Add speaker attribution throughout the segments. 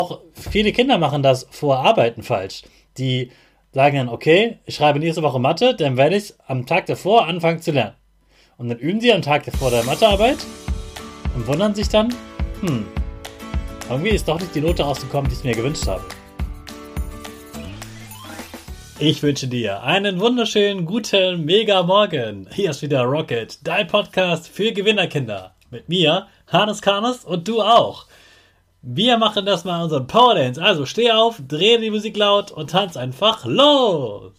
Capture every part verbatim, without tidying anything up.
Speaker 1: Viele Kinder machen das vor Arbeiten falsch. Die sagen dann, okay, ich schreibe nächste Woche Mathe, dann werde ich am Tag davor anfangen zu lernen. Und dann üben sie am Tag davor der Mathearbeit und wundern sich dann, hm, irgendwie ist doch nicht die Note rausgekommen, die ich mir gewünscht habe. Ich wünsche dir einen wunderschönen, guten, mega Morgen. Hier ist wieder Rocket, dein Podcast für Gewinnerkinder. Mit mir, Hannes Karnes und du auch. Wir machen das mal unseren Power Dance. Also steh auf, dreh die Musik laut und tanz einfach los.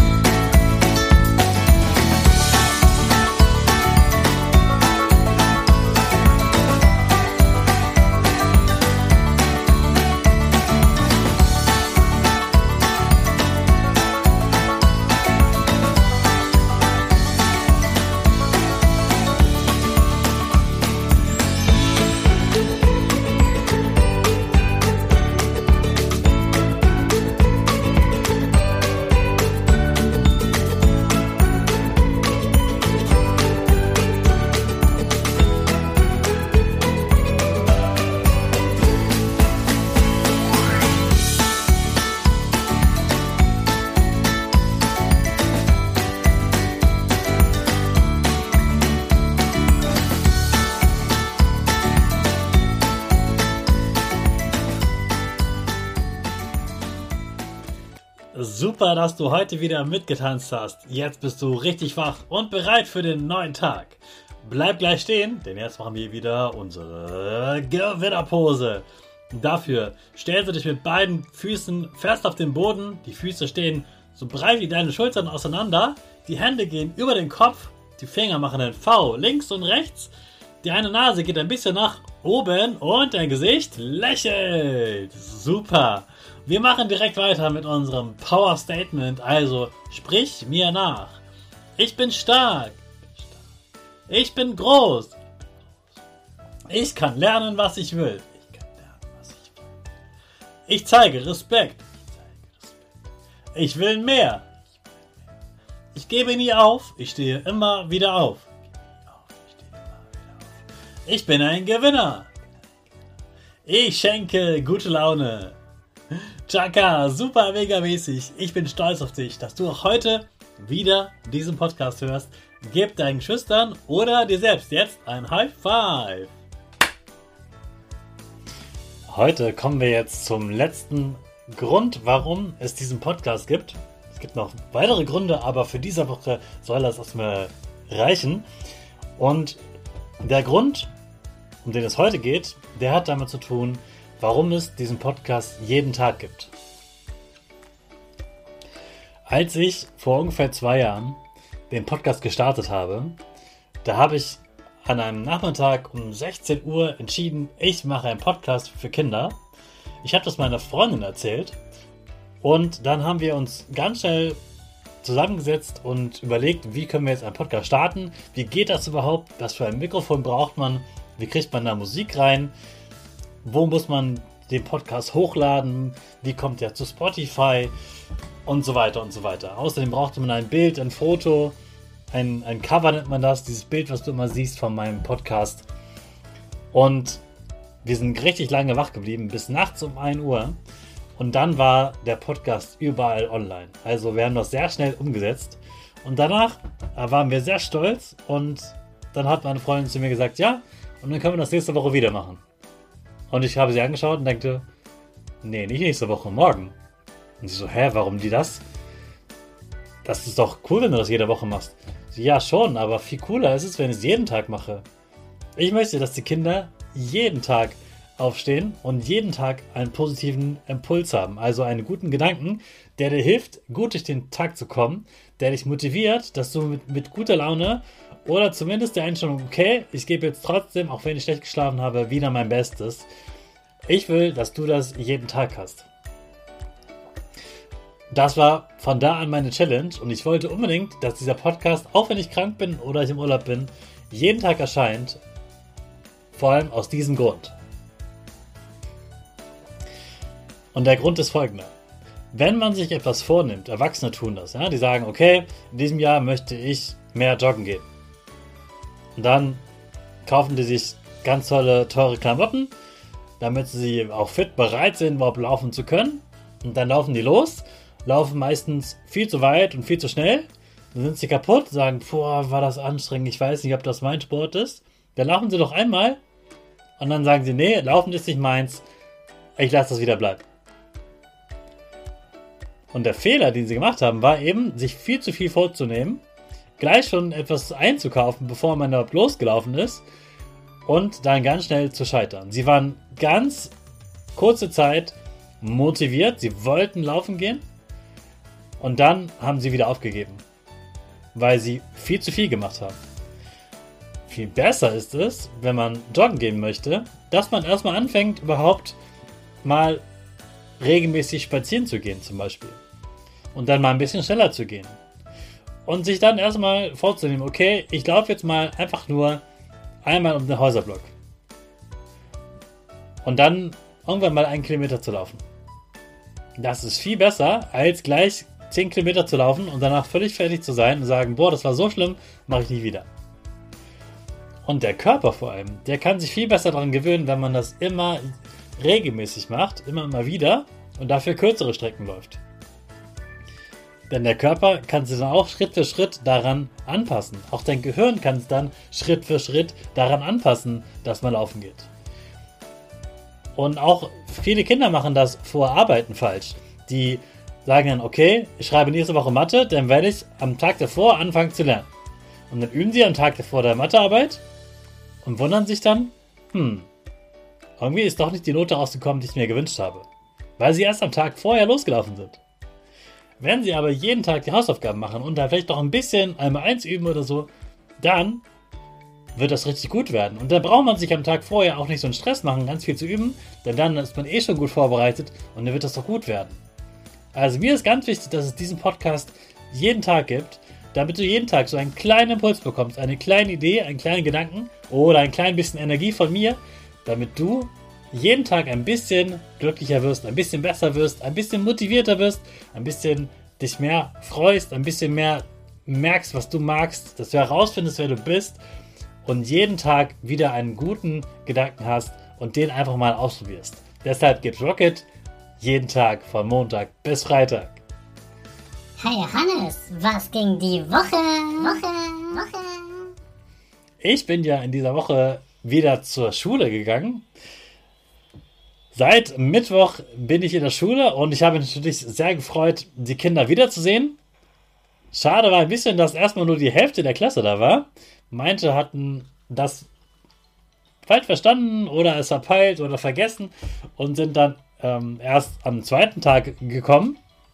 Speaker 1: Super, dass du heute wieder mitgetanzt hast. Jetzt bist du richtig wach und bereit für den neuen Tag. Bleib gleich stehen, denn jetzt machen wir wieder unsere Gewinnerpose. Dafür stellst du dich mit beiden Füßen fest auf den Boden. Die Füße stehen so breit wie deine Schultern auseinander. Die Hände gehen über den Kopf. Die Finger machen ein V links und rechts. Die eine Nase geht ein bisschen nach oben und dein Gesicht lächelt. Super. Wir machen direkt weiter mit unserem Power Statement. Also sprich mir nach. Ich bin stark. Ich bin groß. Ich kann lernen, was ich will. Ich kann lernen, was ich will. Ich zeige Respekt. Ich will mehr. Ich gebe nie auf. Ich stehe immer wieder auf. Ich bin ein Gewinner. Ich schenke gute Laune. Chaka, super mega mäßig. Ich bin stolz auf dich, dass du auch heute wieder diesen Podcast hörst. Gib deinen Geschwistern oder dir selbst jetzt ein High Five. Heute kommen wir jetzt zum letzten Grund, warum es diesen Podcast gibt. Es gibt noch weitere Gründe, aber für diese Woche soll das erstmal reichen. Und der Grund, um den es heute geht, der hat damit zu tun, warum es diesen Podcast jeden Tag gibt. Als ich vor ungefähr zwei Jahren den Podcast gestartet habe, da habe ich an einem Nachmittag um sechzehn Uhr entschieden, ich mache einen Podcast für Kinder. Ich habe das meiner Freundin erzählt und dann haben wir uns ganz schnell zusammengesetzt und überlegt, wie können wir jetzt einen Podcast starten, wie geht das überhaupt, was für ein Mikrofon braucht man, wie kriegt man da Musik rein, wo muss man den Podcast hochladen, wie kommt der zu Spotify und so weiter und so weiter. Außerdem brauchte man ein Bild, ein Foto, ein, ein Cover nennt man das, dieses Bild, was du immer siehst von meinem Podcast. Und wir sind richtig lange wach geblieben, bis nachts um ein Uhr. Und dann war der Podcast überall online. Also wir haben das sehr schnell umgesetzt. Und danach waren wir sehr stolz und dann hat meine Freundin zu mir gesagt, ja, und dann können wir das nächste Woche wieder machen. Und ich habe sie angeschaut und dachte, nee, nicht nächste Woche, morgen. Und sie so, hä, warum die das? Das ist doch cool, wenn du das jede Woche machst. So, ja, schon, aber viel cooler ist es, wenn ich es jeden Tag mache. Ich möchte, dass die Kinder jeden Tag aufstehen und jeden Tag einen positiven Impuls haben. Also einen guten Gedanken, der dir hilft, gut durch den Tag zu kommen, der dich motiviert, dass du mit, mit guter Laune oder zumindest der Einstellung, okay, ich gebe jetzt trotzdem, auch wenn ich schlecht geschlafen habe, wieder mein Bestes. Ich will, dass du das jeden Tag hast. Das war von da an meine Challenge und ich wollte unbedingt, dass dieser Podcast, auch wenn ich krank bin oder ich im Urlaub bin, jeden Tag erscheint. Vor allem aus diesem Grund. Und der Grund ist folgender. Wenn man sich etwas vornimmt, Erwachsene tun das, ja, die sagen, okay, in diesem Jahr möchte ich mehr joggen gehen. Und dann kaufen die sich ganz tolle, teure Klamotten damit sie auch fit bereit sind, überhaupt laufen zu können. Und dann laufen die los, laufen meistens viel zu weit und viel zu schnell. Dann sind sie kaputt, sagen, boah, war das anstrengend, ich weiß nicht, ob das mein Sport ist. Dann laufen sie doch einmal und dann sagen sie, nee, laufen ist nicht meins, ich lasse das wieder bleiben. Und der Fehler, den sie gemacht haben, war eben, sich viel zu viel vorzunehmen, gleich schon etwas einzukaufen, bevor man überhaupt losgelaufen ist und dann ganz schnell zu scheitern. Sie waren ganz kurze Zeit motiviert, sie wollten laufen gehen und dann haben sie wieder aufgegeben, weil sie viel zu viel gemacht haben. Viel besser ist es, wenn man joggen gehen möchte, dass man erstmal anfängt, überhaupt mal regelmäßig spazieren zu gehen zum Beispiel und dann mal ein bisschen schneller zu gehen und sich dann erstmal vorzunehmen, okay, ich laufe jetzt mal einfach nur einmal um den Häuserblock und dann irgendwann mal einen Kilometer zu laufen. Das ist viel besser, als gleich zehn Kilometer zu laufen und danach völlig fertig zu sein und sagen, boah, das war so schlimm, mache ich nie wieder. Und der Körper vor allem, der kann sich viel besser daran gewöhnen, wenn man das immer regelmäßig macht, immer mal wieder und dafür kürzere Strecken läuft. Denn der Körper kann sich dann auch Schritt für Schritt daran anpassen. Auch dein Gehirn kann es dann Schritt für Schritt daran anpassen, dass man laufen geht. Und auch viele Kinder machen das vor Arbeiten falsch. Die sagen dann, okay, ich schreibe nächste Woche Mathe, dann werde ich am Tag davor anfangen zu lernen. Und dann üben sie am Tag davor der Mathearbeit und wundern sich dann, hm, irgendwie ist doch nicht die Note rausgekommen, die ich mir gewünscht habe. Weil sie erst am Tag vorher losgelaufen sind. Wenn sie aber jeden Tag die Hausaufgaben machen und da vielleicht doch ein bisschen einmal eins üben oder so, dann wird das richtig gut werden. Und dann braucht man sich am Tag vorher auch nicht so einen Stress machen, ganz viel zu üben, denn dann ist man eh schon gut vorbereitet und dann wird das doch gut werden. Also mir ist ganz wichtig, dass es diesen Podcast jeden Tag gibt, damit du jeden Tag so einen kleinen Impuls bekommst, eine kleine Idee, einen kleinen Gedanken oder ein klein bisschen Energie von mir, damit du jeden Tag ein bisschen glücklicher wirst, ein bisschen besser wirst, ein bisschen motivierter wirst, ein bisschen dich mehr freust, ein bisschen mehr merkst, was du magst, dass du herausfindest, wer du bist und jeden Tag wieder einen guten Gedanken hast und den einfach mal ausprobierst. Deshalb gibt's Rocket jeden Tag von Montag bis Freitag.
Speaker 2: Hi Hannes, was ging die Woche? Woche, Woche.
Speaker 1: Ich bin ja in dieser Woche wieder zur Schule gegangen. Seit Mittwoch bin ich in der Schule und ich habe mich natürlich sehr gefreut, die Kinder wiederzusehen. Schade war ein bisschen, dass erstmal nur die Hälfte der Klasse da war. Manche hatten das falsch verstanden oder es verpeilt oder vergessen und sind dann ähm, erst am zweiten Tag gekommen.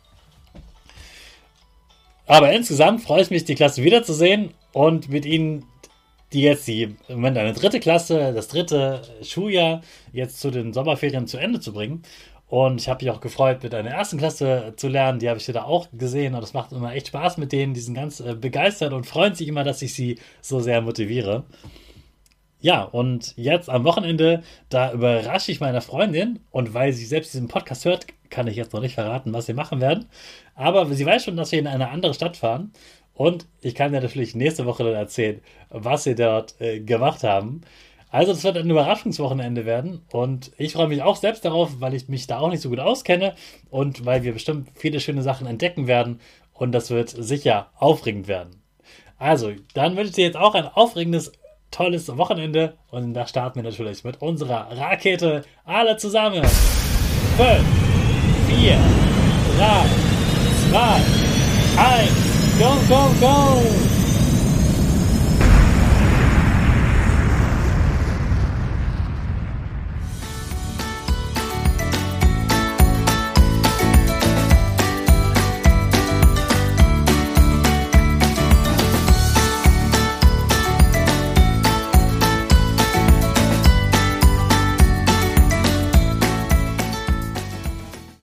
Speaker 1: Aber insgesamt freue ich mich, die Klasse wiederzusehen und mit ihnen, die jetzt die im Moment eine dritte Klasse, das dritte Schuljahr jetzt zu den Sommerferien zu Ende zu bringen. Und ich habe mich auch gefreut, mit einer ersten Klasse zu lernen. Die habe ich da auch gesehen und es macht immer echt Spaß mit denen. Die sind ganz äh, begeistert und freuen sich immer, dass ich sie so sehr motiviere. Ja, und jetzt am Wochenende, da überrasche ich meine Freundin und weil sie selbst diesen Podcast hört, kann ich jetzt noch nicht verraten, was wir machen werden. Aber sie weiß schon, dass wir in eine andere Stadt fahren und ich kann dir natürlich nächste Woche dann erzählen, was wir dort äh, gemacht haben. Also das wird ein Überraschungswochenende werden und ich freue mich auch selbst darauf, weil ich mich da auch nicht so gut auskenne und weil wir bestimmt viele schöne Sachen entdecken werden und das wird sicher aufregend werden. Also, dann wünsche ich dir jetzt auch ein aufregendes, tolles Wochenende und da starten wir natürlich mit unserer Rakete alle zusammen. fünf, vier, drei, zwei, eins, go, go, go!